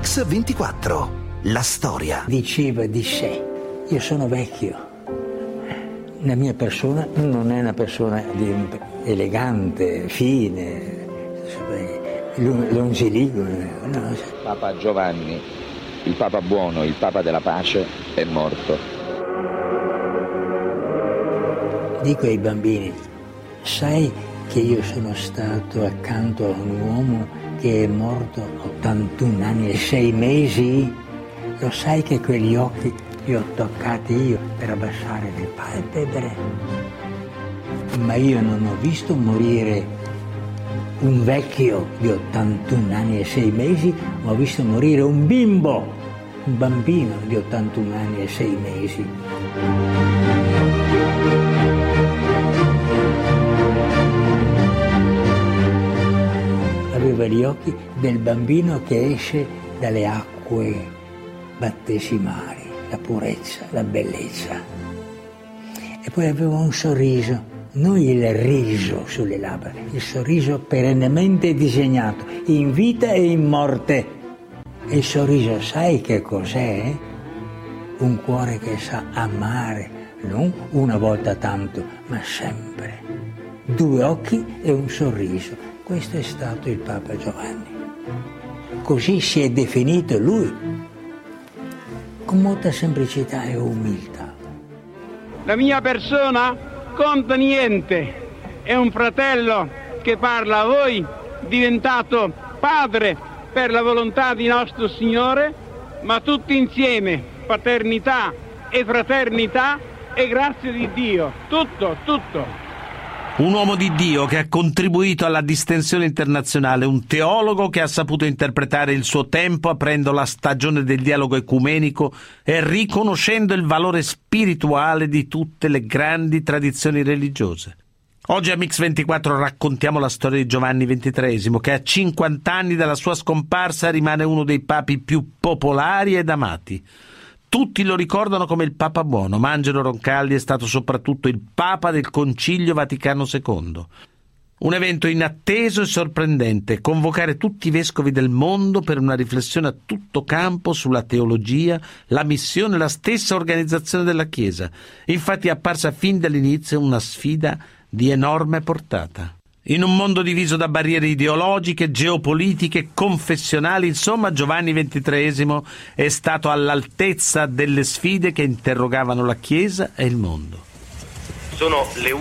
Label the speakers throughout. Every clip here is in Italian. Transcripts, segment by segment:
Speaker 1: Mix24, la storia.
Speaker 2: Diceva di sé: io sono vecchio. La mia persona non è una persona elegante, fine, longiligo. No.
Speaker 3: Papa Giovanni, il Papa buono, il Papa della pace, è morto.
Speaker 2: Dico ai bambini: sai che io sono stato accanto a un uomo che è morto 81 anni e 6 mesi? Lo sai che quegli occhi li ho toccati io per abbassare le palpebre? Ma io non ho visto morire un vecchio di 81 anni e 6 mesi, ma ho visto morire un bimbo, un bambino di 81 anni e 6 mesi. Aveva gli occhi del bambino che esce dalle acque battesimali, la purezza, la bellezza. E poi aveva un sorriso, non il riso sulle labbra, il sorriso perennemente disegnato, in vita e in morte. E il sorriso, sai che cos'è? Un cuore che sa amare, non una volta tanto, ma sempre. 2 occhi e un sorriso. Questo è stato il Papa Giovanni. Così si è definito lui, con molta semplicità e umiltà.
Speaker 4: La mia persona conta niente, è un fratello che parla a voi, diventato padre per la volontà di nostro Signore, ma tutti insieme, paternità e fraternità e grazia di Dio, tutto.
Speaker 5: Un uomo di Dio che ha contribuito alla distensione internazionale, un teologo che ha saputo interpretare il suo tempo aprendo la stagione del dialogo ecumenico e riconoscendo il valore spirituale di tutte le grandi tradizioni religiose. Oggi a Mix24 raccontiamo la storia di Giovanni XXIII, che a 50 anni dalla sua scomparsa rimane uno dei papi più popolari ed amati. Tutti lo ricordano come il Papa buono, ma Angelo Roncalli è stato soprattutto il Papa del Concilio Vaticano II. Un evento inatteso e sorprendente, convocare tutti i vescovi del mondo per una riflessione a tutto campo sulla teologia, la missione e la stessa organizzazione della Chiesa. Infatti è apparsa fin dall'inizio una sfida di enorme portata. In un mondo diviso da barriere ideologiche, geopolitiche, confessionali, insomma, Giovanni XXIII è stato all'altezza delle sfide che interrogavano la Chiesa e il mondo.
Speaker 6: Sono le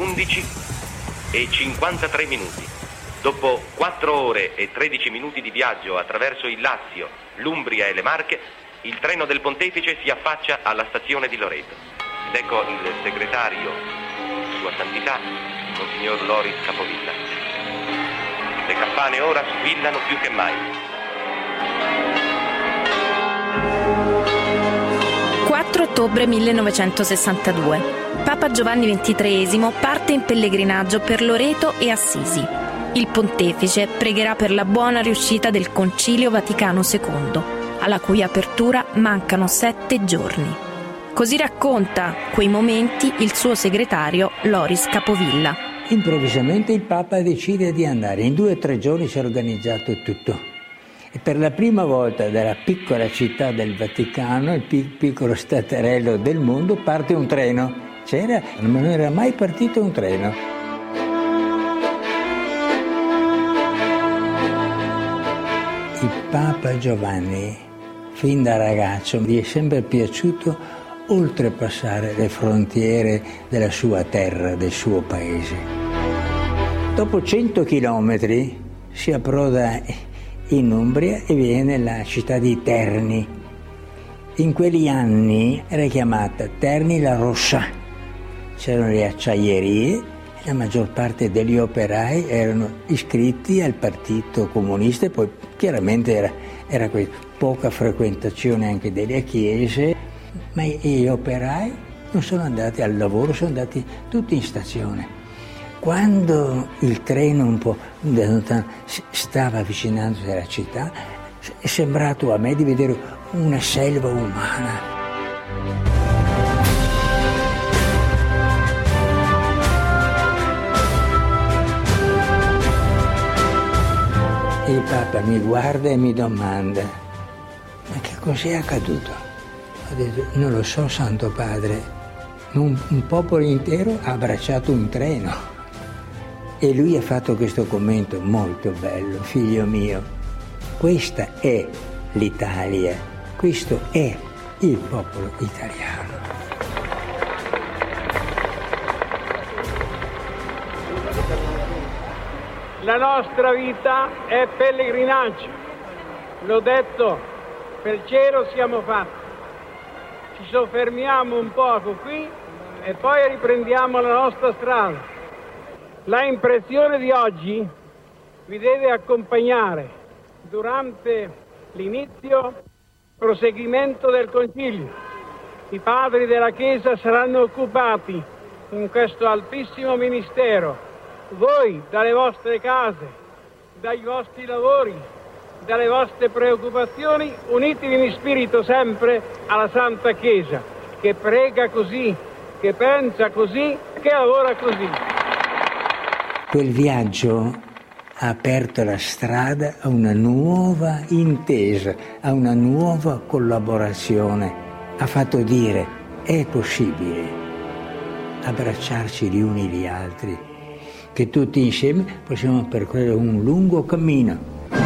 Speaker 6: 11:53. Dopo 4 ore e 13 minuti di viaggio attraverso il Lazio, l'Umbria e le Marche, il treno del Pontefice si affaccia alla stazione di Loreto. Ed ecco il segretario, Sua Santità, Monsignor Loris Capovilla. Le campane ora squillano più che mai.
Speaker 7: 4 ottobre 1962. Papa Giovanni XXIII parte in pellegrinaggio per Loreto e Assisi. Il Pontefice pregherà per la buona riuscita del Concilio Vaticano II, alla cui apertura mancano 7 giorni. Così racconta quei momenti il suo segretario Loris Capovilla.
Speaker 2: Improvvisamente il Papa decide di andare. In 2 o 3 giorni si è organizzato tutto. E per la prima volta dalla piccola città del Vaticano, il piccolo staterello del mondo, parte un treno. Ma non era mai partito un treno. Il Papa Giovanni, fin da ragazzo, gli è sempre piaciuto oltrepassare le frontiere della sua terra, del suo paese. Dopo 100 chilometri si approda in Umbria e viene la città di Terni. In quegli anni era chiamata Terni la Rossa. C'erano le acciaierie e la maggior parte degli operai erano iscritti al Partito Comunista e poi chiaramente era poca frequentazione anche delle chiese, ma gli operai non sono andati al lavoro, sono andati tutti in stazione. Quando il treno un po' da lontano stava avvicinandosi alla città, è sembrato a me di vedere una selva umana. E il Papa mi guarda e mi domanda: cos'è accaduto? Ho detto, non lo so, Santo Padre, un popolo intero ha abbracciato un treno. E lui ha fatto questo commento molto bello: figlio mio, questa è l'Italia, questo è il popolo italiano.
Speaker 4: La nostra vita è pellegrinaggio, l'ho detto, per cielo siamo fatti. Ci soffermiamo un poco qui e poi riprendiamo la nostra strada. La impressione di oggi vi deve accompagnare durante l'inizio, proseguimento del Concilio. I padri della Chiesa saranno occupati in questo altissimo ministero. Voi dalle vostre case, dai vostri lavori, dalle vostre preoccupazioni, unitevi in spirito sempre alla Santa Chiesa, che prega così, che pensa così, che lavora così.
Speaker 2: Quel viaggio ha aperto la strada a una nuova intesa, a una nuova collaborazione. Ha fatto dire, è possibile abbracciarci gli uni gli altri, che tutti insieme possiamo percorrere un lungo cammino.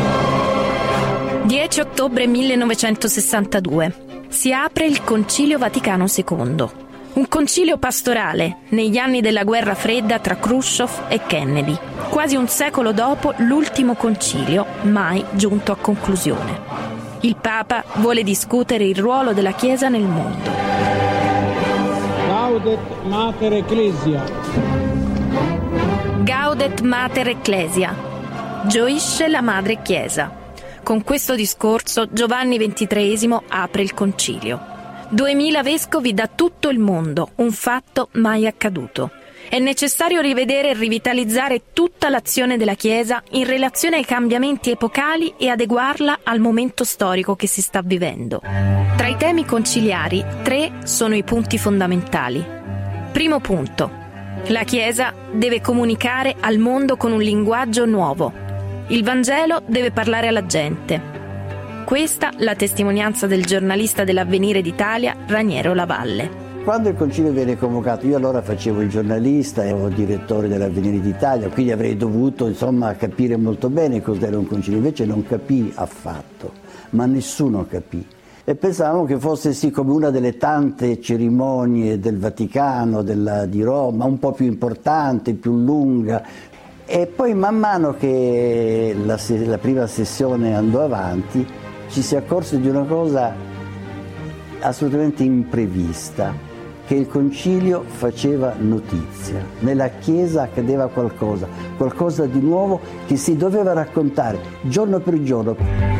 Speaker 7: 10 ottobre 1962. Si apre il Concilio Vaticano II. Un concilio pastorale negli anni della guerra fredda tra Khrushchev e Kennedy. Quasi un secolo dopo l'ultimo concilio, mai giunto a conclusione. Il Papa vuole discutere il ruolo della Chiesa nel mondo.
Speaker 4: Gaudet Mater Ecclesia.
Speaker 7: Gaudet Mater Ecclesia. Gioisce la Madre Chiesa. Con questo discorso Giovanni XXIII apre il concilio. 2000 vescovi da tutto il mondo, un fatto mai accaduto. È necessario rivedere e rivitalizzare tutta l'azione della Chiesa in relazione ai cambiamenti epocali e adeguarla al momento storico che si sta vivendo. Tra i temi conciliari, 3 sono i punti fondamentali. Primo punto: la Chiesa deve comunicare al mondo con un linguaggio nuovo. Il Vangelo deve parlare alla gente. Questa la testimonianza del giornalista dell'Avvenire d'Italia, Raniero Lavalle.
Speaker 1: Quando il concilio viene convocato, io allora facevo il giornalista, ero direttore dell'Avvenire d'Italia, quindi avrei dovuto capire molto bene cos'era un concilio, invece non capii affatto, ma nessuno capì. E pensavamo che fosse sì come una delle tante cerimonie del Vaticano, di Roma, un po' più importante, più lunga. E poi man mano che la prima sessione andò avanti, ci si accorse di una cosa assolutamente imprevista, che il concilio faceva notizia. Nella Chiesa accadeva qualcosa di nuovo che si doveva raccontare giorno per giorno.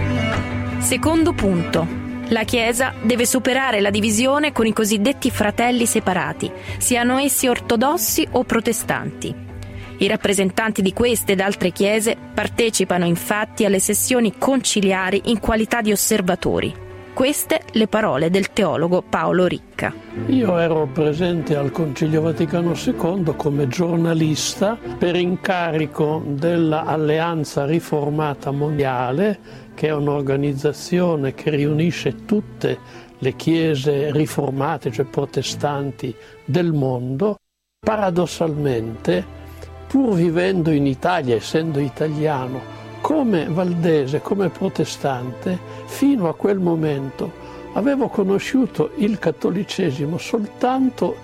Speaker 7: Secondo punto: la Chiesa deve superare la divisione con i cosiddetti fratelli separati, siano essi ortodossi o protestanti. I rappresentanti di queste ed altre chiese partecipano infatti alle sessioni conciliari in qualità di osservatori. Queste le parole del teologo Paolo Ricca.
Speaker 8: Io ero presente al Concilio Vaticano II come giornalista per incarico dell'Alleanza Riformata Mondiale, che è un'organizzazione che riunisce tutte le chiese riformate, cioè protestanti del mondo. Paradossalmente, pur vivendo in Italia, essendo italiano, come valdese, come protestante, fino a quel momento avevo conosciuto il cattolicesimo soltanto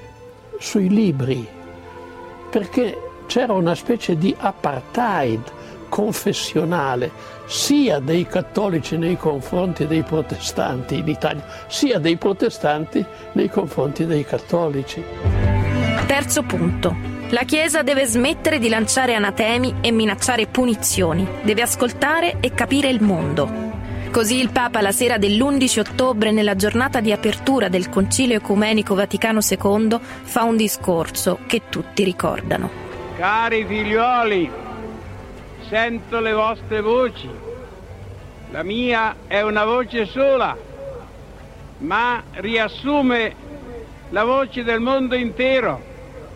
Speaker 8: sui libri, perché c'era una specie di apartheid confessionale, sia dei cattolici nei confronti dei protestanti in Italia, sia dei protestanti nei confronti dei cattolici.
Speaker 7: Terzo punto: la Chiesa deve smettere di lanciare anatemi e minacciare punizioni, deve ascoltare e capire il mondo. Così il Papa la sera dell'11 ottobre, nella giornata di apertura del Concilio Ecumenico Vaticano II, fa un discorso che tutti ricordano.
Speaker 4: Cari figliuoli, sento le vostre voci. La mia è una voce sola, ma riassume la voce del mondo intero.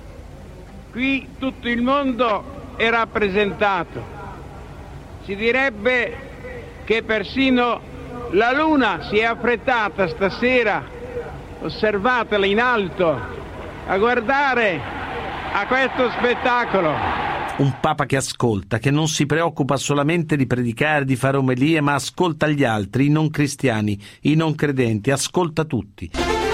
Speaker 4: Qui tutto il mondo è rappresentato. Si direbbe che persino La luna si è affrettata stasera, osservatela in alto, a guardare a questo spettacolo.
Speaker 5: Un Papa che ascolta, che non si preoccupa solamente di predicare, di fare omelie, ma ascolta gli altri, i non cristiani, i non credenti, ascolta tutti.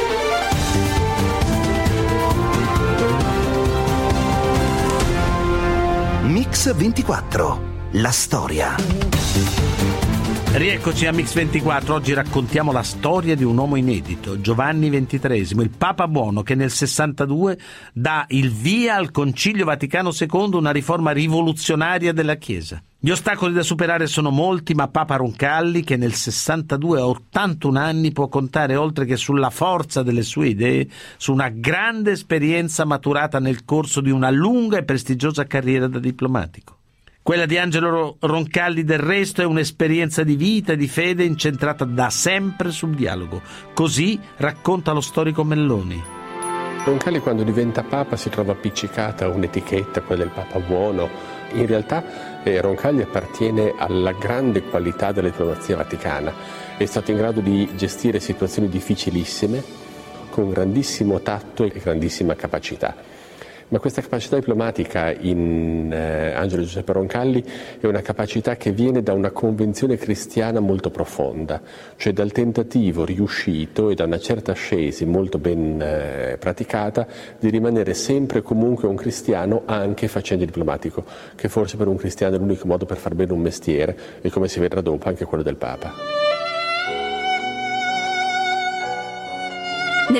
Speaker 9: Mix 24, la storia.
Speaker 5: Rieccoci a Mix 24, oggi raccontiamo la storia di un uomo inedito, Giovanni XXIII, il Papa Buono che nel 62 dà il via al Concilio Vaticano II, una riforma rivoluzionaria della Chiesa. Gli ostacoli da superare sono molti, ma Papa Roncalli, che nel 62 a 81 anni, può contare oltre che sulla forza delle sue idee, su una grande esperienza maturata nel corso di una lunga e prestigiosa carriera da diplomatico. Quella di Angelo Roncalli, del resto, è un'esperienza di vita e di fede incentrata da sempre sul dialogo. Così racconta lo storico Melloni.
Speaker 10: Roncalli, quando diventa Papa, si trova appiccicata un'etichetta, quella del Papa Buono. In realtà Roncalli appartiene alla grande qualità della diplomazia vaticana. È stato in grado di gestire situazioni difficilissime con grandissimo tatto e grandissima capacità. Ma questa capacità diplomatica in Angelo Giuseppe Roncalli è una capacità che viene da una convenzione cristiana molto profonda, cioè dal tentativo riuscito e da una certa ascesi molto ben praticata di rimanere sempre e comunque un cristiano anche facendo il diplomatico, che forse per un cristiano è l'unico modo per far bene un mestiere e, come si vedrà dopo, anche quello del Papa.
Speaker 7: Nel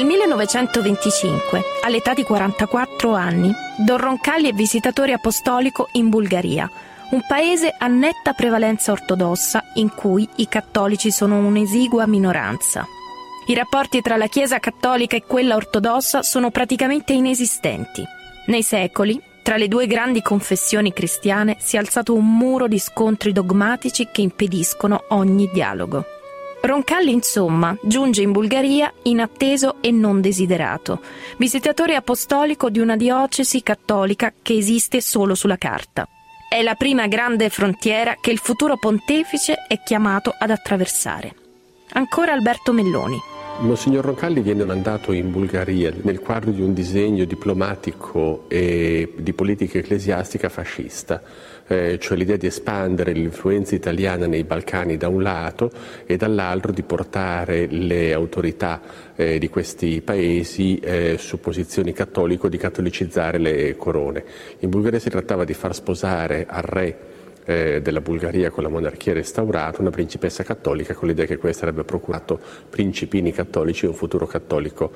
Speaker 7: 1925, all'età di 44 anni, Don Roncalli è visitatore apostolico in Bulgaria, un paese a netta prevalenza ortodossa in cui i cattolici sono un'esigua minoranza. I rapporti tra la Chiesa cattolica e quella ortodossa sono praticamente inesistenti. Nei secoli, tra le due grandi confessioni cristiane si è alzato un muro di scontri dogmatici che impediscono ogni dialogo. Roncalli, insomma, giunge in Bulgaria inatteso e non desiderato, visitatore apostolico di una diocesi cattolica che esiste solo sulla carta. È la prima grande frontiera che il futuro pontefice è chiamato ad attraversare. Ancora Alberto Melloni.
Speaker 10: Monsignor Roncalli viene mandato in Bulgaria nel quadro di un disegno diplomatico e di politica ecclesiastica fascista, cioè l'idea di espandere l'influenza italiana nei Balcani da un lato e dall'altro di portare le autorità di questi paesi su posizioni cattoliche, di catolicizzare le corone. In Bulgaria si trattava di far sposare al re della Bulgaria con la monarchia restaurata una principessa cattolica, con l'idea che questa avrebbe procurato principini cattolici e un futuro cattolico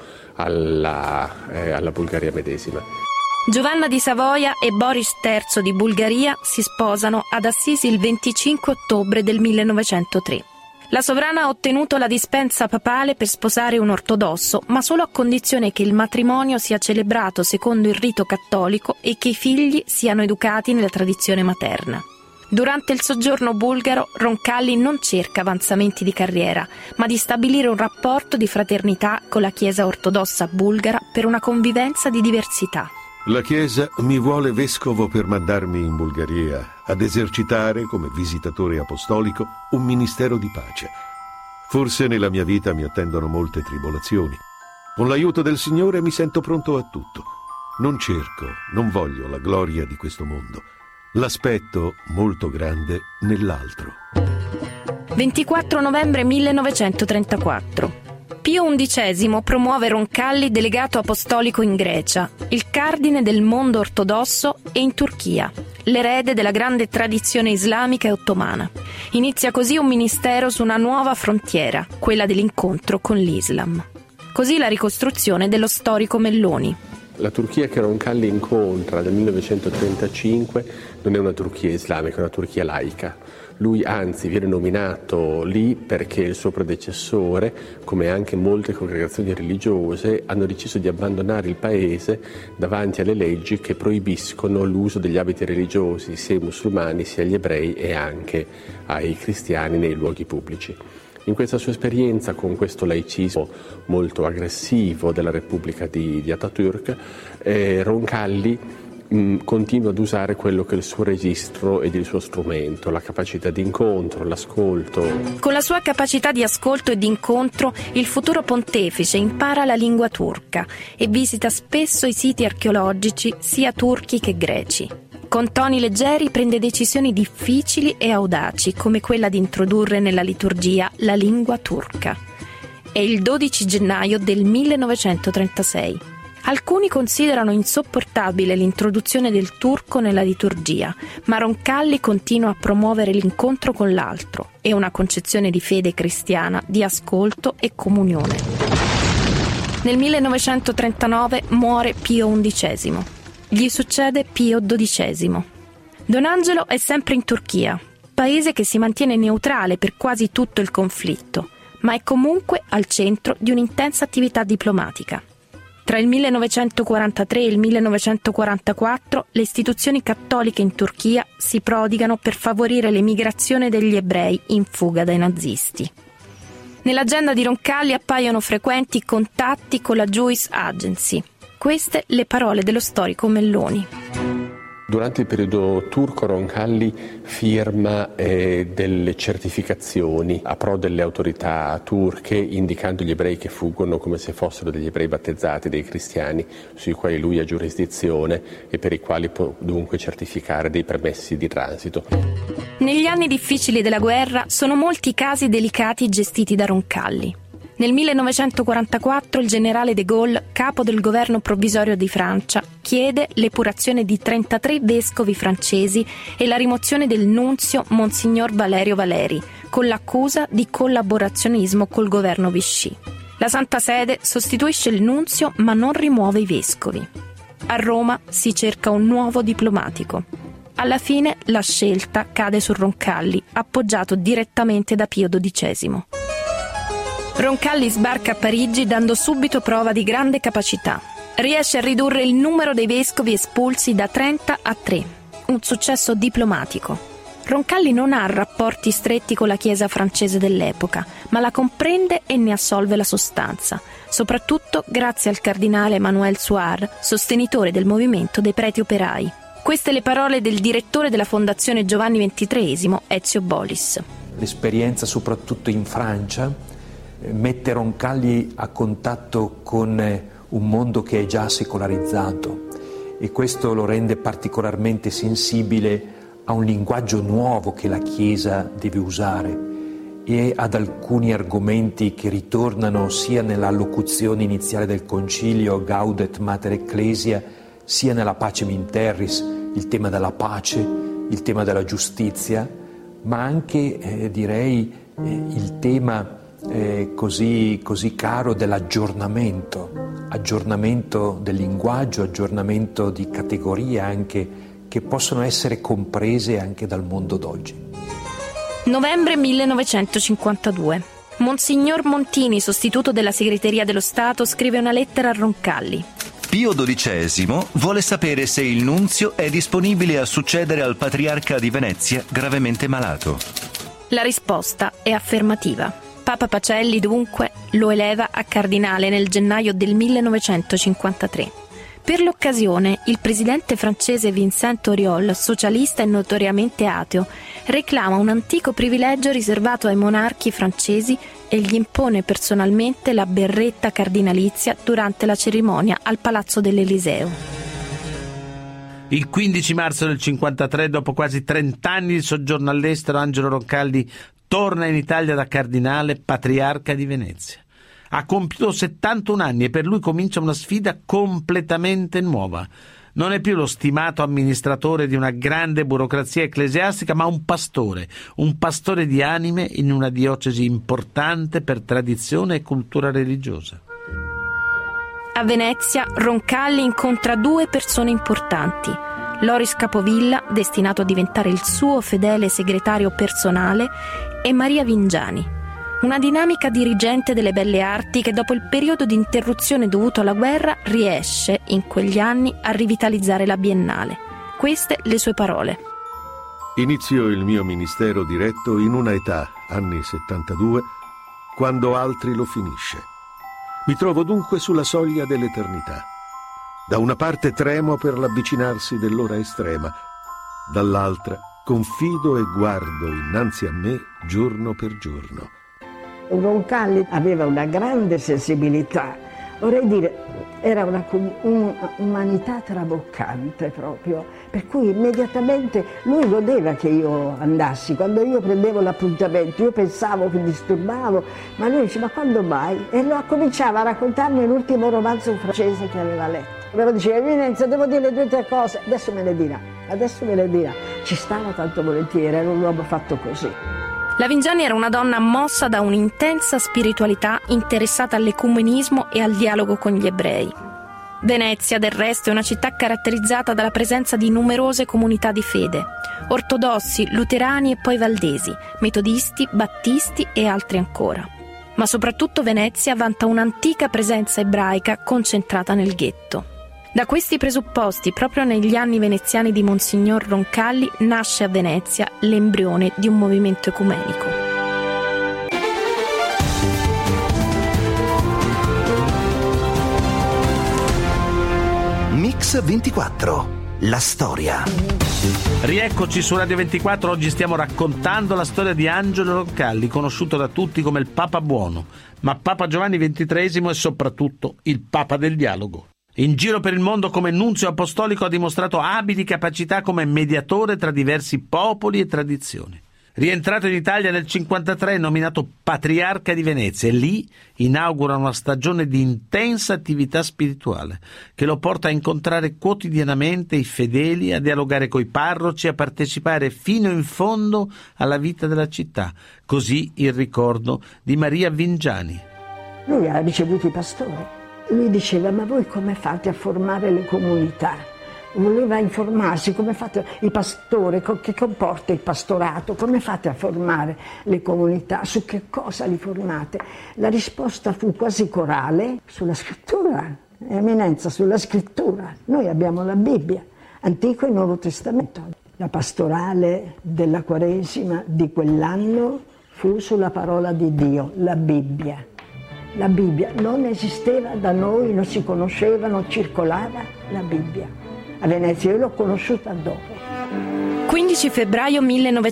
Speaker 10: alla Bulgaria medesima.
Speaker 7: Giovanna di Savoia e Boris III di Bulgaria si sposano ad Assisi il 25 ottobre del 1903. La sovrana ha ottenuto la dispensa papale per sposare un ortodosso, ma solo a condizione che il matrimonio sia celebrato secondo il rito cattolico e che i figli siano educati nella tradizione materna. Durante il soggiorno bulgaro, Roncalli non cerca avanzamenti di carriera, ma di stabilire un rapporto di fraternità con la Chiesa ortodossa bulgara per una convivenza di diversità.
Speaker 11: La Chiesa mi vuole vescovo per mandarmi in Bulgaria ad esercitare, come visitatore apostolico, un ministero di pace. Forse nella mia vita mi attendono molte tribolazioni. Con l'aiuto del Signore mi sento pronto a tutto. Non voglio la gloria di questo mondo. L'aspetto molto grande nell'altro.
Speaker 7: 24 novembre 1934. Pio XI promuove Roncalli delegato apostolico in Grecia, il cardine del mondo ortodosso, e in Turchia, l'erede della grande tradizione islamica e ottomana. Inizia così un ministero su una nuova frontiera, quella dell'incontro con l'Islam. Così la ricostruzione dello storico Melloni.
Speaker 10: La Turchia che Roncalli incontra nel 1935 non è una Turchia islamica, è una Turchia laica. Lui anzi viene nominato lì perché il suo predecessore, come anche molte congregazioni religiose, hanno deciso di abbandonare il paese davanti alle leggi che proibiscono l'uso degli abiti religiosi sia ai musulmani sia agli ebrei e anche ai cristiani nei luoghi pubblici. In questa sua esperienza con questo laicismo molto aggressivo della Repubblica di Atatürk, Roncalli continua ad usare quello che è il suo registro ed il suo strumento, la capacità di incontro, l'ascolto.
Speaker 7: Con la sua capacità di ascolto e di incontro, il futuro pontefice impara la lingua turca e visita spesso i siti archeologici sia turchi che greci. Con toni leggeri prende decisioni difficili e audaci, come quella di introdurre nella liturgia la lingua turca. È il 12 gennaio del 1936. Alcuni considerano insopportabile l'introduzione del turco nella liturgia, ma Roncalli continua a promuovere l'incontro con l'altro e una concezione di fede cristiana, di ascolto e comunione. Nel 1939 muore Pio XI. Gli succede Pio XII. Don Angelo è sempre in Turchia, paese che si mantiene neutrale per quasi tutto il conflitto, ma è comunque al centro di un'intensa attività diplomatica. Tra il 1943 e il 1944 le istituzioni cattoliche in Turchia si prodigano per favorire l'emigrazione degli ebrei in fuga dai nazisti. Nell'agenda di Roncalli appaiono frequenti contatti con la Jewish Agency. Queste le parole dello storico Melloni.
Speaker 10: Durante il periodo turco Roncalli firma delle certificazioni a pro delle autorità turche, indicando gli ebrei che fuggono come se fossero degli ebrei battezzati, dei cristiani, sui quali lui ha giurisdizione e per i quali può dunque certificare dei permessi di transito.
Speaker 7: Negli anni difficili della guerra sono molti i casi delicati gestiti da Roncalli. Nel 1944 il generale de Gaulle, capo del governo provvisorio di Francia, chiede l'epurazione di 33 vescovi francesi e la rimozione del nunzio Monsignor Valerio Valeri, con l'accusa di collaborazionismo col governo Vichy. La Santa Sede sostituisce il nunzio ma non rimuove i vescovi. A Roma si cerca un nuovo diplomatico. Alla fine la scelta cade su Roncalli, appoggiato direttamente da Pio XII. Roncalli sbarca a Parigi dando subito prova di grande capacità. Riesce a ridurre il numero dei vescovi espulsi da 30 a 3, un successo diplomatico. Roncalli non ha rapporti stretti con la Chiesa francese dell'epoca, ma la comprende e ne assolve la sostanza, soprattutto grazie al cardinale Emmanuel Suard, sostenitore del movimento dei preti operai. Queste le parole del direttore della Fondazione Giovanni XXIII, Ezio Bolis.
Speaker 12: L'esperienza soprattutto in Francia mette Roncalli a contatto con un mondo che è già secolarizzato e questo lo rende particolarmente sensibile a un linguaggio nuovo che la Chiesa deve usare e ad alcuni argomenti che ritornano sia nella locuzione iniziale del Concilio Gaudet Mater Ecclesia, sia nella Pacem in Terris, il tema della pace, il tema della giustizia, ma anche direi il tema così caro dell'aggiornamento del linguaggio, aggiornamento di categorie anche che possono essere comprese anche dal mondo d'oggi.
Speaker 7: Novembre 1952. Monsignor Montini, sostituto della Segreteria dello Stato, scrive una lettera a Roncalli.
Speaker 13: Pio XII vuole sapere se il nunzio è disponibile a succedere al patriarca di Venezia gravemente malato.
Speaker 7: La risposta è affermativa. Papa Pacelli dunque lo eleva a cardinale nel gennaio del 1953. Per l'occasione il presidente francese Vincent Auriol, socialista e notoriamente ateo, reclama un antico privilegio riservato ai monarchi francesi e gli impone personalmente la berretta cardinalizia durante la cerimonia al Palazzo dell'Eliseo.
Speaker 5: Il 15 marzo del 1953, dopo quasi 30 anni di soggiorno all'estero, Angelo Roncalli torna in Italia da cardinale patriarca di Venezia. Ha compiuto 71 anni e per lui comincia una sfida completamente nuova. Non è più lo stimato amministratore di una grande burocrazia ecclesiastica, ma un pastore di anime in una diocesi importante per tradizione e cultura religiosa.
Speaker 7: A Venezia, Roncalli incontra due persone importanti. Loris Capovilla, destinato a diventare il suo fedele segretario personale, e Maria Vingiani, una dinamica dirigente delle belle arti che dopo il periodo di interruzione dovuto alla guerra riesce, in quegli anni, a rivitalizzare la Biennale. Queste le sue parole.
Speaker 11: Inizio il mio ministero diretto in una età, anni 72, quando altri lo finisce. Mi trovo dunque sulla soglia dell'eternità. Da una parte tremo per l'avvicinarsi dell'ora estrema, dall'altra confido e guardo innanzi a me giorno per giorno.
Speaker 14: Roncalli aveva una grande sensibilità, vorrei dire, era un'umanità traboccante proprio, per cui immediatamente lui godeva che io andassi. Quando io prendevo l'appuntamento io pensavo che disturbavo, ma lui diceva: ma quando mai? E cominciava a raccontarmi l'ultimo romanzo francese che aveva letto. Allora diceva: Eminenza, devo dire 2 o 3 cose, adesso me le dirà. Ci stava tanto volentieri, era un uomo fatto così.
Speaker 7: La Vingiani era una donna mossa da un'intensa spiritualità, interessata all'ecumenismo e al dialogo con gli ebrei. Venezia, del resto, è una città caratterizzata dalla presenza di numerose comunità di fede: ortodossi, luterani e poi valdesi, metodisti, battisti e altri ancora. Ma soprattutto Venezia vanta un'antica presenza ebraica concentrata nel ghetto. Da questi presupposti, proprio negli anni veneziani di Monsignor Roncalli, nasce a Venezia l'embrione di un movimento ecumenico.
Speaker 9: Mix 24, la storia.
Speaker 5: Rieccoci su Radio 24, oggi stiamo raccontando la storia di Angelo Roncalli, conosciuto da tutti come il Papa Buono, ma Papa Giovanni XXIII è soprattutto il Papa del dialogo. In giro per il mondo come nunzio apostolico ha dimostrato abili capacità come mediatore tra diversi popoli e tradizioni. Rientrato in Italia nel 1953 è nominato patriarca di Venezia e lì inaugura una stagione di intensa attività spirituale che lo porta a incontrare quotidianamente i fedeli, a dialogare coi parroci, a partecipare fino in fondo alla vita della città. Così il ricordo di Maria Vingiani.
Speaker 14: Lui ha ricevuto i pastori. Lui diceva: ma voi come fate a formare le comunità? Voleva informarsi, come fate il pastore, che comporta il pastorato, come fate a formare le comunità, su che cosa li formate? La risposta fu quasi corale: sulla scrittura, Eminenza, sulla scrittura. Noi abbiamo la Bibbia, Antico e Nuovo Testamento. La pastorale della Quaresima di quell'anno fu sulla parola di Dio, la Bibbia. La Bibbia non esisteva da noi, non si conosceva, non circolava la Bibbia. A Venezia io l'ho conosciuta dopo.
Speaker 7: 15 febbraio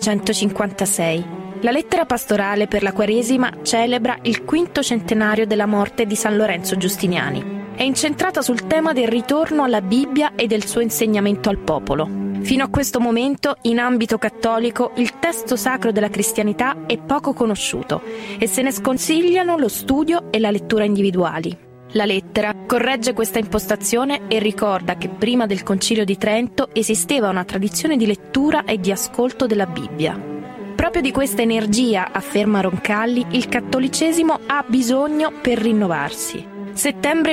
Speaker 7: 1956. La lettera pastorale per la Quaresima celebra il 5° centenario della morte di San Lorenzo Giustiniani. È incentrata sul tema del ritorno alla Bibbia e del suo insegnamento al popolo. Fino a questo momento, in ambito cattolico, il testo sacro della cristianità è poco conosciuto e se ne sconsigliano lo studio e la lettura individuali. La lettera corregge questa impostazione e ricorda che prima del Concilio di Trento esisteva una tradizione di lettura e di ascolto della Bibbia. Proprio di questa energia, afferma Roncalli, il cattolicesimo ha bisogno per rinnovarsi. Settembre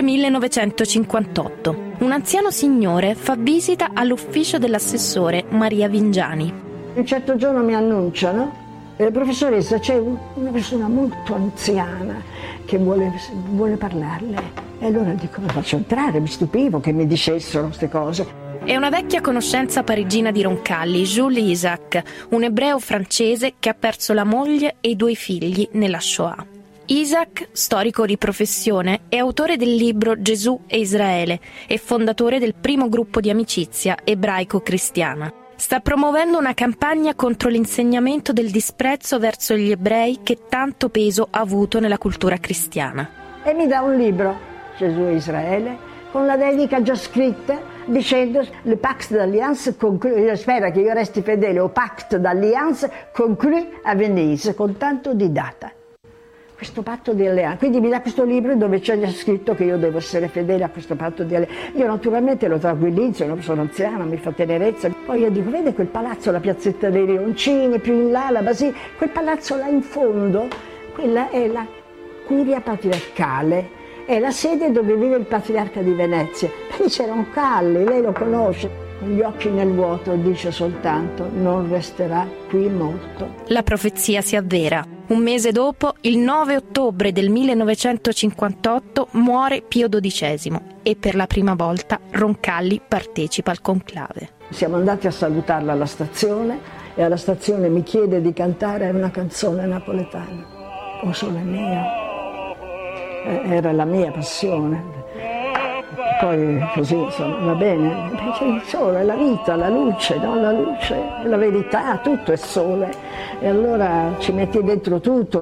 Speaker 7: 1958. Un anziano signore fa visita all'ufficio dell'assessore Maria Vingiani.
Speaker 14: Un certo giorno mi annunciano: professoressa, c'è una persona molto anziana che vuole parlarle. E allora dico: ma faccio entrare, mi stupivo che mi dicessero queste cose.
Speaker 7: È una vecchia conoscenza parigina di Roncalli, Jules Isaac, un ebreo francese che ha perso la moglie e i 2 figli nella Shoah. Isaac, storico di professione, è autore del libro Gesù e Israele e fondatore del primo gruppo di amicizia ebraico-cristiana. Sta promuovendo una campagna contro l'insegnamento del disprezzo verso gli ebrei che tanto peso ha avuto nella cultura cristiana.
Speaker 14: E mi dà un libro, Gesù e Israele, con la dedica già scritta, dicendo: le pacte d'alliance conclu, spera che io resti fedele au pacte d'alliance conclu a Venise, con tanto di data. Questo patto di alleanza, quindi mi dà questo libro dove c'è già scritto che io devo essere fedele a questo patto di alleanza. Io naturalmente lo tranquillizzo, non sono anziana, mi fa tenerezza. Poi io dico: vede quel palazzo, la piazzetta dei Leoncini, più in là la basilica, quel palazzo là in fondo, quella è la curia patriarcale, è la sede dove vive il patriarca di Venezia. Lì c'era Roncalli, lei lo conosce. Con gli occhi nel vuoto dice soltanto: non resterà qui molto.
Speaker 7: La profezia si avvera. Un mese dopo, il 9 ottobre del 1958, muore Pio XII e per la prima volta Roncalli partecipa al conclave.
Speaker 14: Siamo andati a salutarla alla stazione e alla stazione mi chiede di cantare una canzone napoletana. O sole mia, era la mia passione. poi così insomma va bene, c'è il sole, la vita, la luce, no? La luce, la verità, tutto è sole e allora ci metti dentro tutto.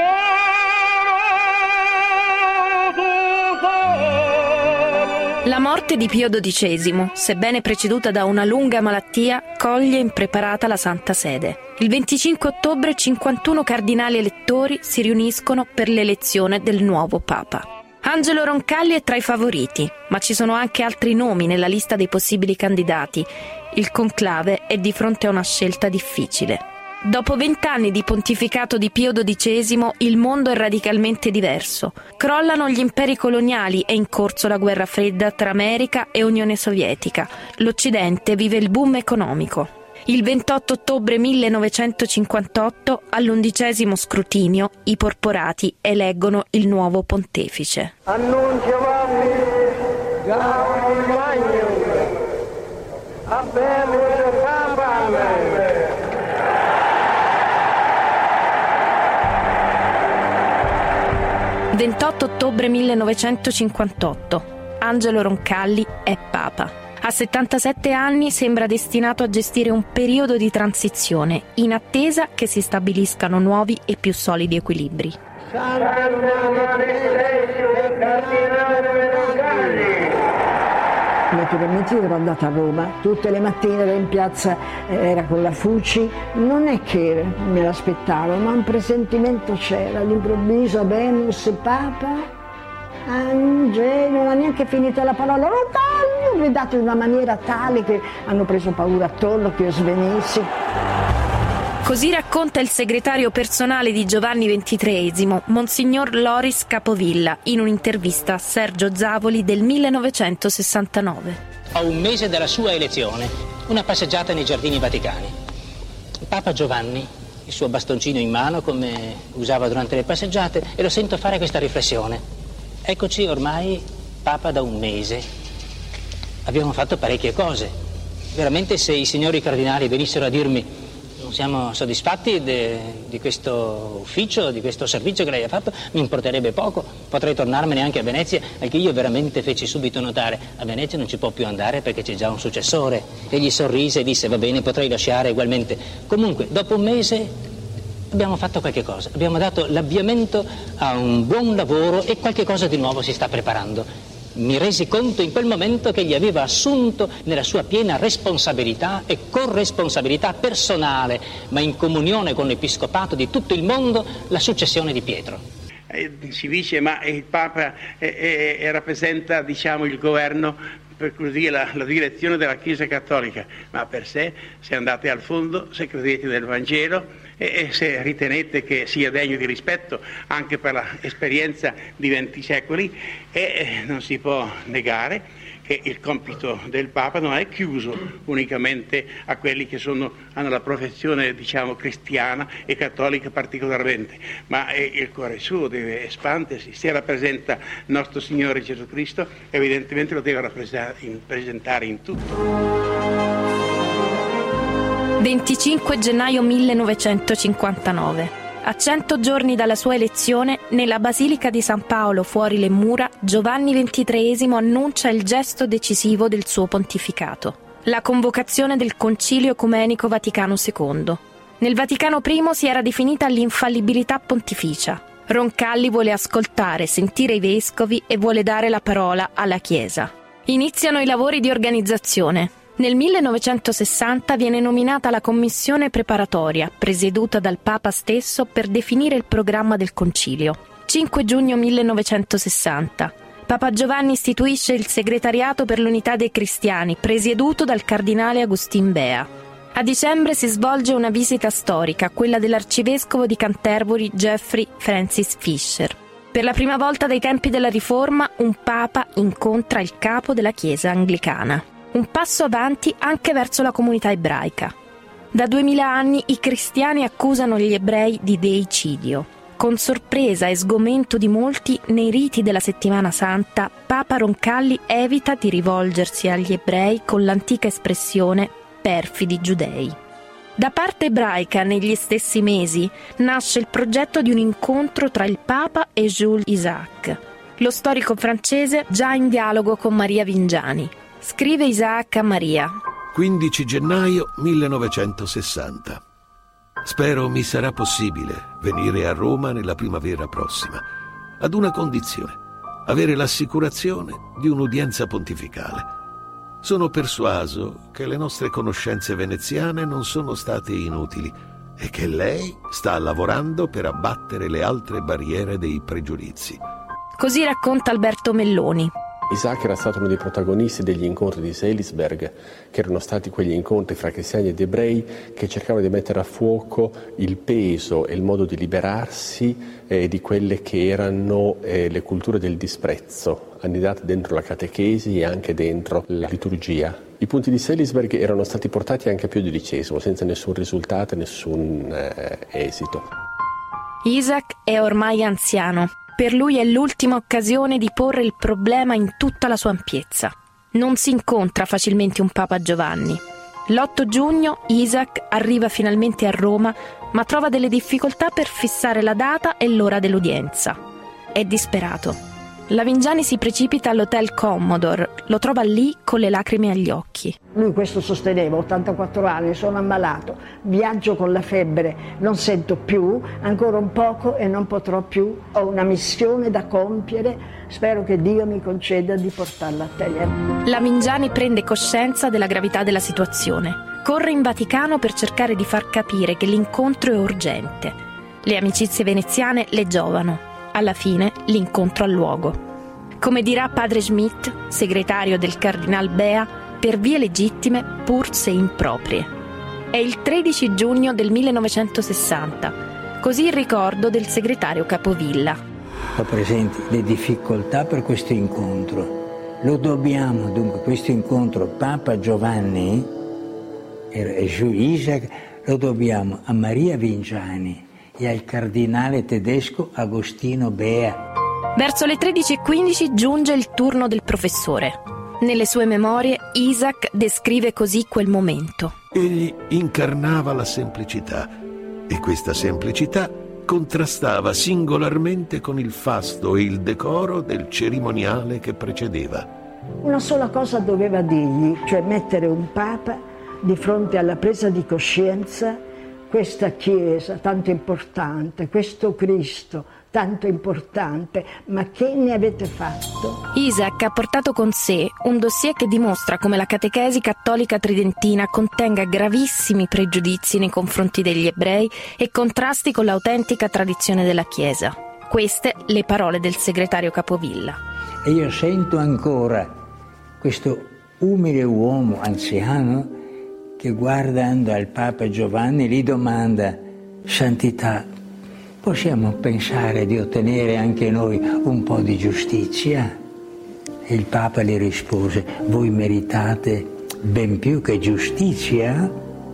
Speaker 7: La morte di Pio XII, sebbene preceduta da una lunga malattia, coglie impreparata la Santa Sede. Il 25 ottobre 51 cardinali elettori si riuniscono per l'elezione del nuovo Papa. Angelo Roncalli è tra i favoriti, ma ci sono anche altri nomi nella lista dei possibili candidati. Il conclave è di fronte a una scelta difficile. Dopo 20 anni di pontificato di Pio XII, il mondo è radicalmente diverso. Crollano gli imperi coloniali, è in corso la guerra fredda tra America e Unione Sovietica. L'Occidente vive il boom economico. Il 28 ottobre 1958, all'11° scrutinio, i porporati eleggono il nuovo pontefice.
Speaker 15: Annuncio Giovanni Gabriel Magno, abbiamo Papa.
Speaker 7: 28 ottobre 1958. Angelo Roncalli è Papa. A 77 anni sembra destinato a gestire un periodo di transizione, in attesa che si stabiliscano nuovi e più solidi equilibri.
Speaker 14: Naturalmente io ero andata a Roma, tutte le mattine ero in piazza, era con la Fuci, non è che me l'aspettavo, ma un presentimento c'era, all'improvviso Venus, Papa, Angelo, non ha neanche finito la parola, ho gridato in una maniera tale che hanno preso paura attorno che io svenissi.
Speaker 7: Così racconta il segretario personale di Giovanni XXIII, Monsignor Loris Capovilla, in un'intervista a Sergio Zavoli del 1969.
Speaker 16: A un mese dalla sua elezione, una passeggiata nei giardini vaticani. Il Papa Giovanni, il suo bastoncino in mano come usava durante le passeggiate, e lo sento fare questa riflessione. Eccoci ormai Papa da un mese. Abbiamo fatto parecchie cose. Veramente se i signori cardinali venissero a dirmi non siamo soddisfatti di questo ufficio, di questo servizio che lei ha fatto, mi importerebbe poco, potrei tornarmene anche a Venezia, perché io veramente feci subito notare, a Venezia non ci può più andare perché c'è già un successore. E gli sorrise e disse, va bene, potrei lasciare ugualmente. Comunque, dopo un mese abbiamo fatto qualche cosa, abbiamo dato l'avviamento a un buon lavoro e qualche cosa di nuovo si sta preparando. Mi resi conto in quel momento che gli aveva assunto nella sua piena responsabilità e corresponsabilità personale, ma in comunione con l'Episcopato di tutto il mondo, la successione di Pietro.
Speaker 4: Si dice ma il Papa rappresenta, diciamo, il governo, per così dire, la direzione della Chiesa Cattolica, ma per sé, se andate al fondo, se credete nel Vangelo e se ritenete che sia degno di rispetto anche per l'esperienza di 20 secoli, non si può negare che il compito del Papa non è chiuso unicamente a quelli che hanno la professione, diciamo, cristiana e cattolica particolarmente, ma il cuore suo deve espandersi. Se rappresenta nostro Signore Gesù Cristo, evidentemente lo deve rappresentare in tutto.
Speaker 7: 25 gennaio 1959. A 100 giorni dalla sua elezione, nella Basilica di San Paolo fuori le mura, Giovanni XXIII annuncia il gesto decisivo del suo pontificato: la convocazione del Concilio Ecumenico Vaticano II. Nel Vaticano I si era definita l'infallibilità pontificia. Roncalli vuole ascoltare, sentire i vescovi e vuole dare la parola alla Chiesa. Iniziano i lavori di organizzazione. Nel 1960 viene nominata la commissione preparatoria, presieduta dal Papa stesso, per definire il programma del concilio. 5 giugno 1960. Papa Giovanni istituisce il segretariato per l'unità dei cristiani, presieduto dal cardinale Agustin Bea. A dicembre si svolge una visita storica, quella dell'arcivescovo di Canterbury Geoffrey Francis Fisher. Per la prima volta dai tempi della Riforma, un Papa incontra il capo della Chiesa anglicana. Un passo avanti anche verso la comunità ebraica. Da 2000 anni i cristiani accusano gli ebrei di deicidio. Con sorpresa e sgomento di molti, nei riti della Settimana Santa, Papa Roncalli evita di rivolgersi agli ebrei con l'antica espressione perfidi giudei. Da parte ebraica, negli stessi mesi, nasce il progetto di un incontro tra il Papa e Jules Isaac. lo storico francese già in dialogo con Maria Vingiani. Scrive Isaac a Maria:
Speaker 11: 15 gennaio 1960. Spero mi sarà possibile venire a Roma nella primavera prossima, ad una condizione: avere l'assicurazione di un'udienza pontificale. Sono persuaso che le nostre conoscenze veneziane non sono state inutili e che lei sta lavorando per abbattere le altre barriere dei pregiudizi.
Speaker 7: Così racconta Alberto Melloni.
Speaker 10: Isaac era stato uno dei protagonisti degli incontri di Seelisberg, che erano stati quegli incontri fra cristiani ed ebrei che cercavano di mettere a fuoco il peso e il modo di liberarsi di quelle che erano le culture del disprezzo, annidate dentro la catechesi e anche dentro la liturgia. I punti di Seelisberg erano stati portati anche a Pio XII, senza nessun risultato e nessun esito.
Speaker 7: Isaac è ormai anziano. Per lui è l'ultima occasione di porre il problema in tutta la sua ampiezza. Non si incontra facilmente un Papa Giovanni. L'8 giugno Isaac arriva finalmente a Roma, ma trova delle difficoltà per fissare la data e l'ora dell'udienza. È disperato. La Vingiani si precipita all'Hotel Commodore, lo trova lì con le lacrime agli occhi.
Speaker 14: Lui questo sosteneva: 84 anni, sono ammalato, viaggio con la febbre, non sento più, ancora un poco e non potrò più, ho una missione da compiere, spero che Dio mi conceda di portarla a termine.
Speaker 7: La Vingiani prende coscienza della gravità della situazione, corre in Vaticano per cercare di far capire che l'incontro è urgente. Le amicizie veneziane le giovano. Alla fine l'incontro ha luogo. Come dirà padre Schmidt, segretario del Cardinal Bea, per vie legittime pur se improprie. È il 13 giugno del 1960, così il ricordo del segretario Capovilla.
Speaker 2: Ho presenti le difficoltà per questo incontro. Lo dobbiamo, dunque, questo incontro Papa Giovanni e Giù Isaac lo dobbiamo a Maria Vingiani e al cardinale tedesco Agostino Bea.
Speaker 7: Verso le 13:15 giunge il turno del professore. Nelle sue memorie Isaac descrive così quel momento.
Speaker 11: Egli incarnava la semplicità e questa semplicità contrastava singolarmente con il fasto e il decoro del cerimoniale che precedeva.
Speaker 14: Una sola cosa doveva dirgli, cioè mettere un Papa di fronte alla presa di coscienza: questa Chiesa tanto importante, questo Cristo tanto importante, ma che ne avete fatto?
Speaker 7: Isaac ha portato con sé un dossier che dimostra come la catechesi cattolica tridentina contenga gravissimi pregiudizi nei confronti degli ebrei e contrasti con l'autentica tradizione della Chiesa. Queste le parole del segretario Capovilla.
Speaker 2: E io sento ancora questo umile uomo anziano che, guardando al Papa Giovanni, gli domanda: Santità, possiamo pensare di ottenere anche noi un po' di giustizia? E il Papa gli rispose: voi meritate ben più che giustizia,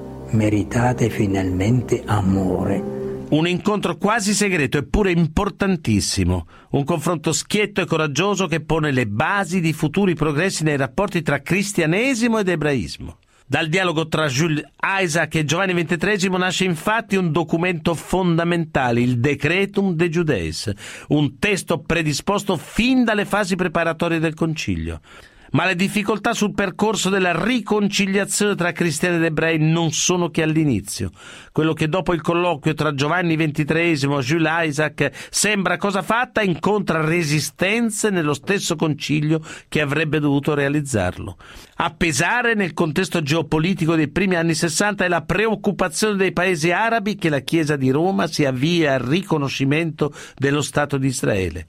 Speaker 2: meritate finalmente amore.
Speaker 5: Un incontro quasi segreto eppure importantissimo, un confronto schietto e coraggioso che pone le basi di futuri progressi nei rapporti tra cristianesimo ed ebraismo. Dal dialogo tra Jules Isaac e Giovanni XXIII nasce infatti un documento fondamentale, il Decretum de Judaeis, un testo predisposto fin dalle fasi preparatorie del Concilio. Ma le difficoltà sul percorso della riconciliazione tra cristiani ed ebrei non sono che all'inizio. Quello che dopo il colloquio tra Giovanni XXIII e Jules Isaac sembra cosa fatta incontra resistenze nello stesso concilio che avrebbe dovuto realizzarlo. A pesare nel contesto geopolitico dei primi anni 60 è la preoccupazione dei paesi arabi che la Chiesa di Roma si avvia al riconoscimento dello Stato di Israele.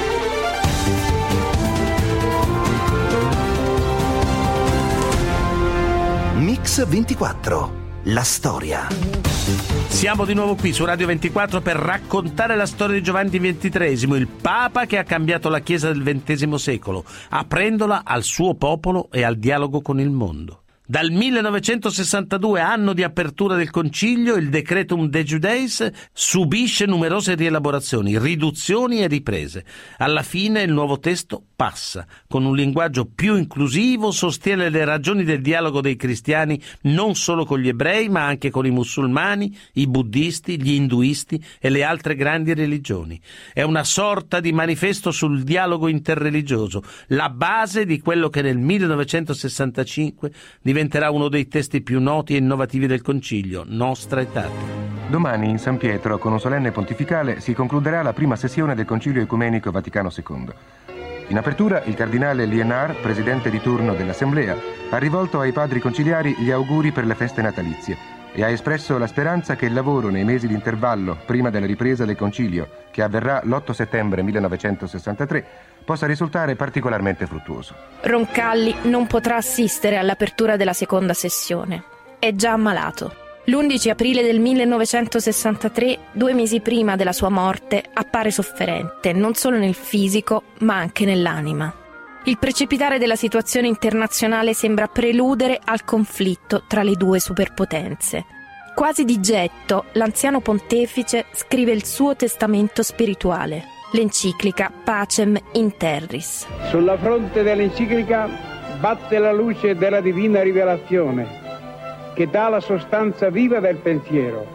Speaker 9: Mix 24, la storia.
Speaker 5: Siamo di nuovo qui su Radio 24 per raccontare la storia di Giovanni XXIII, il Papa che ha cambiato la Chiesa del XX secolo, aprendola al suo popolo e al dialogo con il mondo. Dal 1962, anno di apertura del Concilio, il Decretum de Judeis subisce numerose rielaborazioni, riduzioni e riprese. Alla fine il nuovo testo passa, con un linguaggio più inclusivo, sostiene le ragioni del dialogo dei cristiani non solo con gli ebrei, ma anche con i musulmani, i buddisti, gli induisti e le altre grandi religioni. È una sorta di manifesto sul dialogo interreligioso, la base di quello che nel 1965 diventerà uno dei testi più noti e innovativi del Concilio, Nostra Aetate.
Speaker 17: Domani in San Pietro, con un solenne pontificale, si concluderà la prima sessione del Concilio Ecumenico Vaticano II. In apertura, il cardinale Liénard, presidente di turno dell'Assemblea, ha rivolto ai padri conciliari gli auguri per le feste natalizie e ha espresso la speranza che il lavoro nei mesi di intervallo prima della ripresa del Concilio, che avverrà l'8 settembre 1963, possa risultare particolarmente fruttuoso.
Speaker 7: Roncalli non potrà assistere all'apertura della seconda sessione. È già ammalato. L'11 aprile del 1963, 2 mesi prima della sua morte, appare sofferente non solo nel fisico, ma anche nell'anima. Il precipitare della situazione internazionale sembra preludere al conflitto tra le due superpotenze. Quasi di getto, l'anziano pontefice scrive il suo testamento spirituale, l'enciclica Pacem in Terris.
Speaker 4: Sulla fronte dell'enciclica batte la luce della divina rivelazione, che dà la sostanza viva del pensiero.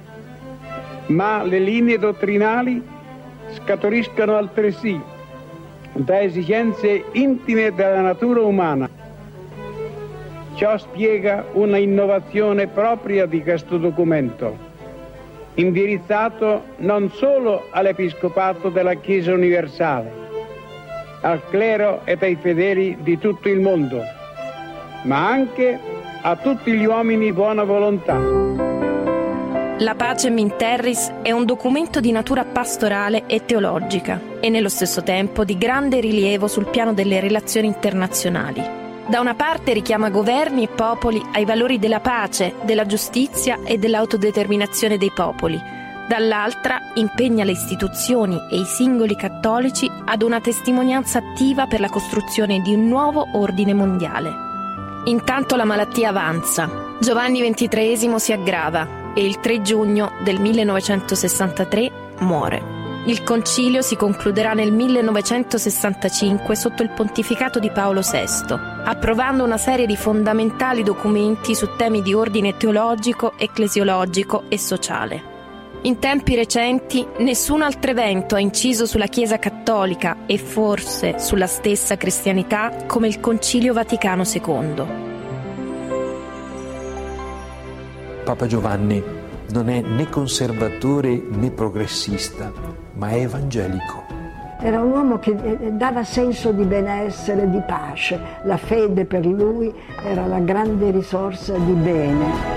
Speaker 4: Ma le linee dottrinali scaturiscono altresì da esigenze intime della natura umana. Ciò spiega una innovazione propria di questo documento, indirizzato non solo all'Episcopato della Chiesa universale, al clero ed ai fedeli di tutto il mondo, ma anche a tutti gli uomini di buona volontà.
Speaker 7: La Pacem in Terris è un documento di natura pastorale e teologica e nello stesso tempo di grande rilievo sul piano delle relazioni internazionali. Da una parte richiama governi e popoli ai valori della pace, della giustizia e dell'autodeterminazione dei popoli. Dall'altra impegna le istituzioni e i singoli cattolici ad una testimonianza attiva per la costruzione di un nuovo ordine mondiale. Intanto la malattia avanza. Giovanni XXIII si aggrava e il 3 giugno del 1963 muore. Il concilio si concluderà nel 1965 sotto il pontificato di Paolo VI, approvando una serie di fondamentali documenti su temi di ordine teologico, ecclesiologico e sociale. In tempi recenti nessun altro evento ha inciso sulla Chiesa cattolica e forse sulla stessa cristianità come il Concilio Vaticano II.
Speaker 12: Papa Giovanni non è né conservatore né progressista, ma è evangelico.
Speaker 14: Era un uomo che dava senso di benessere, di pace. La fede per lui era la grande risorsa di bene.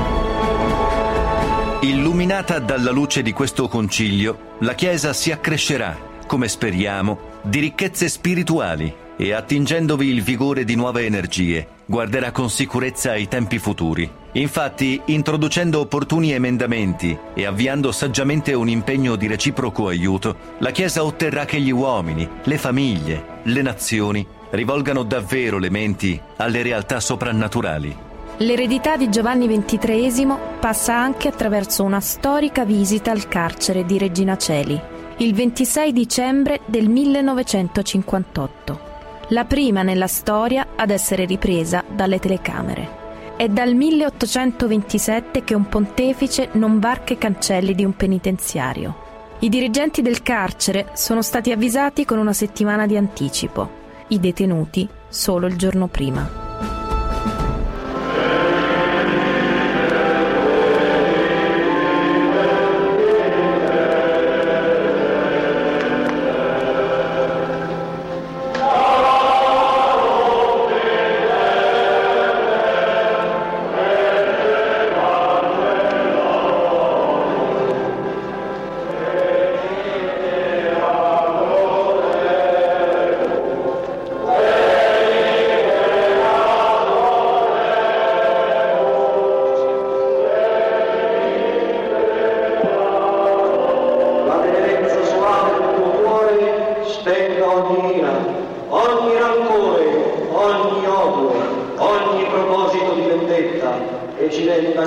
Speaker 13: Illuminata dalla luce di questo concilio, la Chiesa si accrescerà, come speriamo, di ricchezze spirituali e, attingendovi il vigore di nuove energie, guarderà con sicurezza ai tempi futuri. Infatti, introducendo opportuni emendamenti e avviando saggiamente un impegno di reciproco aiuto, la Chiesa otterrà che gli uomini, le famiglie, le nazioni rivolgano davvero le menti alle realtà soprannaturali.
Speaker 7: L'eredità di Giovanni XXIII passa anche attraverso una storica visita al carcere di Regina Coeli, il 26 dicembre del 1958, la prima nella storia ad essere ripresa dalle telecamere. È dal 1827 che un pontefice non varca i cancelli di un penitenziario. I dirigenti del carcere sono stati avvisati con una settimana di anticipo, i detenuti solo il giorno prima.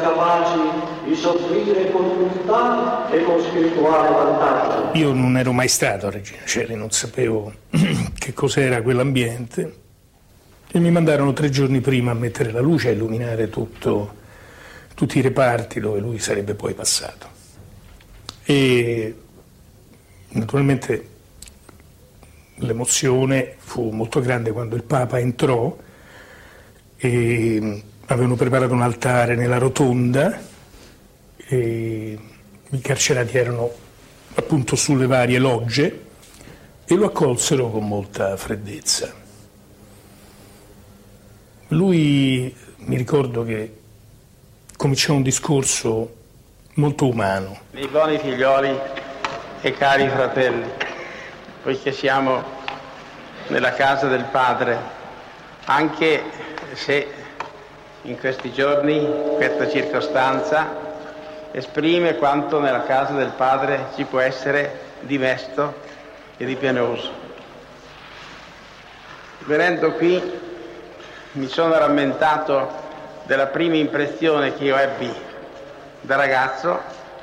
Speaker 15: capaci di soffrire con umiltà e con spirituale vantaggio.
Speaker 18: Io non ero mai stato a Regina Coeli, non sapevo che cos'era quell'ambiente e mi mandarono 3 giorni prima a mettere la luce, a illuminare tutti i reparti dove lui sarebbe poi passato. E naturalmente l'emozione fu molto grande quando il Papa entrò e avevano preparato un altare nella rotonda e i carcerati erano appunto sulle varie logge e lo accolsero con molta freddezza. Lui, mi ricordo che cominciò un discorso molto umano.
Speaker 4: Miei buoni figlioli e cari fratelli, poiché siamo nella casa del Padre, anche se in questi giorni questa circostanza esprime quanto nella casa del Padre ci può essere di mesto e di penoso. Venendo qui mi sono rammentato della prima impressione che io ebbi da ragazzo,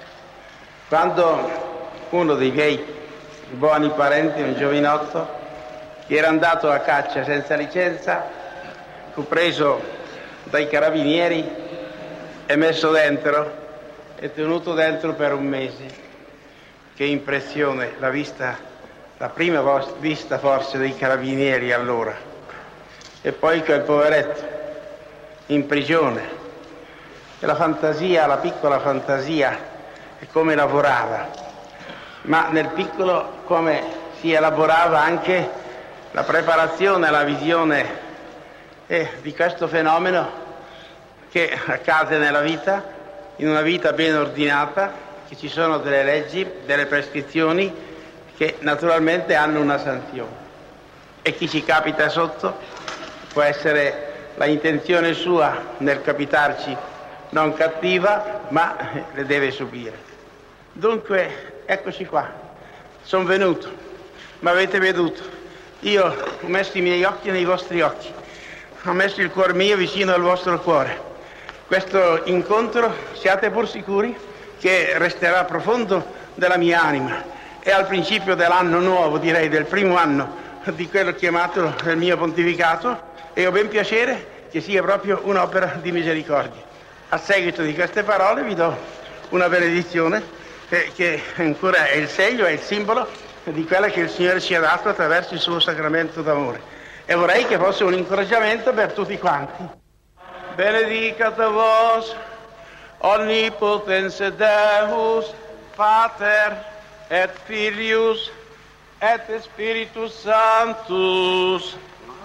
Speaker 4: quando uno dei miei buoni parenti, un giovinotto, che era andato a caccia senza licenza, fu preso dai carabinieri e messo dentro e tenuto dentro per 1 mese. Che impressione, la prima vista forse dei carabinieri allora. E poi quel poveretto in prigione. E la fantasia, la piccola fantasia, e come lavorava. Ma nel piccolo come si elaborava anche la preparazione, la visione di questo fenomeno che accade nella vita, in una vita ben ordinata, che ci sono delle leggi, delle prescrizioni che naturalmente hanno una sanzione. E chi ci capita sotto può essere la intenzione sua nel capitarci non cattiva, ma le deve subire. Dunque, eccoci qua, sono venuto, mi avete veduto, io ho messo i miei occhi nei vostri occhi, ho messo il cuore mio vicino al vostro cuore. Questo incontro, siate pur sicuri, che resterà profondo della mia anima e al principio dell'anno nuovo, direi del primo anno di quello chiamato il mio pontificato, e ho ben piacere che sia proprio un'opera di misericordia. A seguito di queste parole vi do una benedizione che ancora è il segno, è il simbolo di quella che il Signore ci ha dato attraverso il suo sacramento d'amore. E vorrei che fosse un incoraggiamento per tutti quanti. Benedicat vos, omnipotens Deus, Pater et Filius et Spiritus Sanctus.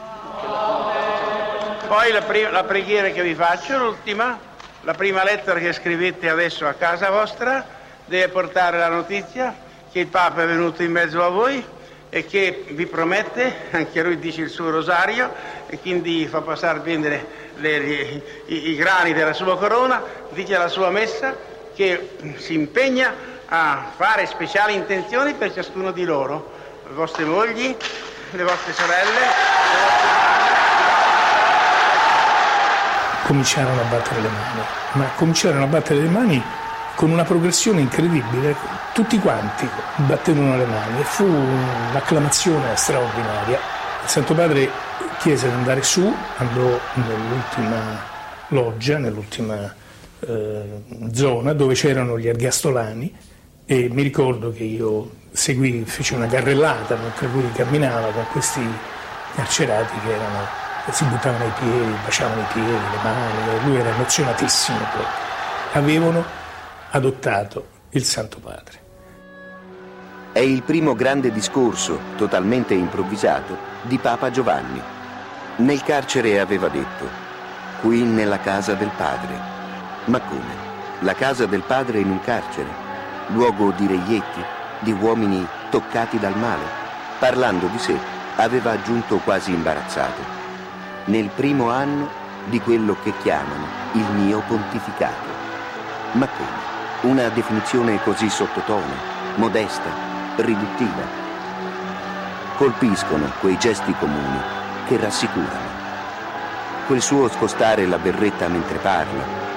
Speaker 4: Poi la preghiera che vi faccio, l'ultima, la prima lettera che scrivete adesso a casa vostra, deve portare la notizia che il Papa è venuto in mezzo a voi e che vi promette, anche lui dice il suo rosario e quindi fa passare bene i grani della sua corona, dice alla sua messa che si impegna a fare speciali intenzioni per ciascuno di loro, le vostre mogli, le vostre sorelle.
Speaker 18: Cominciarono a battere le mani, ma cominciarono a battere le mani con una progressione incredibile. Tutti quanti battevano le mani e fu un'acclamazione straordinaria. Il Santo Padre chiese di andare su, andò nell'ultima loggia, nell'ultima zona dove c'erano gli ergastolani e mi ricordo che io seguì, feci una carrellata mentre lui camminava con questi carcerati che si buttavano ai piedi, baciavano i piedi, le mani, lui era emozionatissimo poi. Avevano adottato il Santo Padre.
Speaker 19: È il primo grande discorso, totalmente improvvisato, di Papa Giovanni. Nel carcere aveva detto: qui nella casa del Padre. Ma come? La casa del Padre in un carcere? Luogo di reietti, di uomini toccati dal male? Parlando di sé, aveva aggiunto quasi imbarazzato: nel primo anno di quello che chiamano il mio pontificato. Ma come? Una definizione così sottotono, modesta, riduttiva. Colpiscono quei gesti comuni che rassicurano. Quel suo scostare la berretta mentre parla,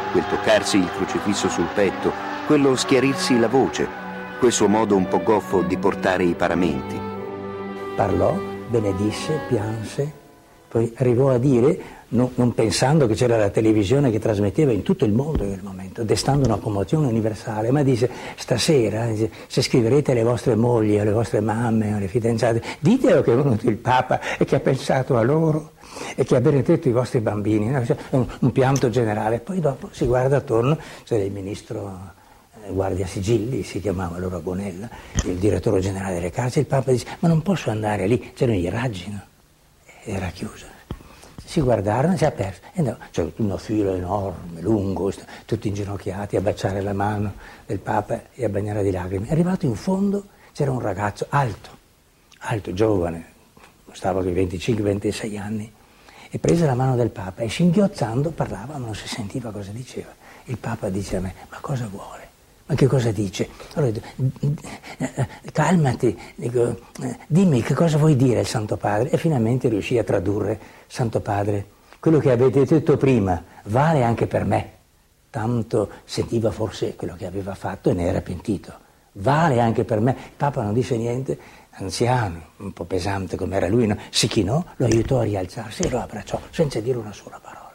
Speaker 19: quel toccarsi il crocifisso sul petto, quello schiarirsi la voce, quel suo modo un po' goffo di portare i paramenti.
Speaker 2: Parlò, benedisse, pianse, poi arrivò a dire, non pensando che c'era la televisione che trasmetteva in tutto il mondo in quel momento, destando una commozione universale, ma dice: stasera, se scriverete alle vostre mogli, alle vostre mamme, alle fidanzate, ditelo che è venuto il Papa e che ha pensato a loro e che ha benedetto i vostri bambini. Un pianto generale. Poi dopo si guarda attorno, c'è il ministro Guardia Sigilli, si chiamava allora Gonella, il direttore generale delle carceri. Il Papa dice: ma non posso andare lì, c'erano i raggi, no? Era chiusa. Si guardarono e si è aperto. C'era una fila enorme, lungo, tutti inginocchiati a baciare la mano del Papa e a bagnare di lacrime. Arrivato in fondo c'era un ragazzo alto, giovane, stava con i 25-26 anni, e prese la mano del Papa e singhiozzando parlava, ma non si sentiva cosa diceva. Il Papa dice a me: ma cosa vuole? Ma che cosa dice? Allora dico: calmati, dico, dimmi che cosa vuoi dire il Santo Padre. E finalmente riuscì a tradurre: Santo Padre, quello che avete detto prima vale anche per me. Tanto sentiva forse quello che aveva fatto e ne era pentito. Vale anche per me. Il Papa non disse niente, anziano, un po' pesante come era lui, no? Si chinò, lo aiutò a rialzarsi e lo abbracciò senza dire una sola parola.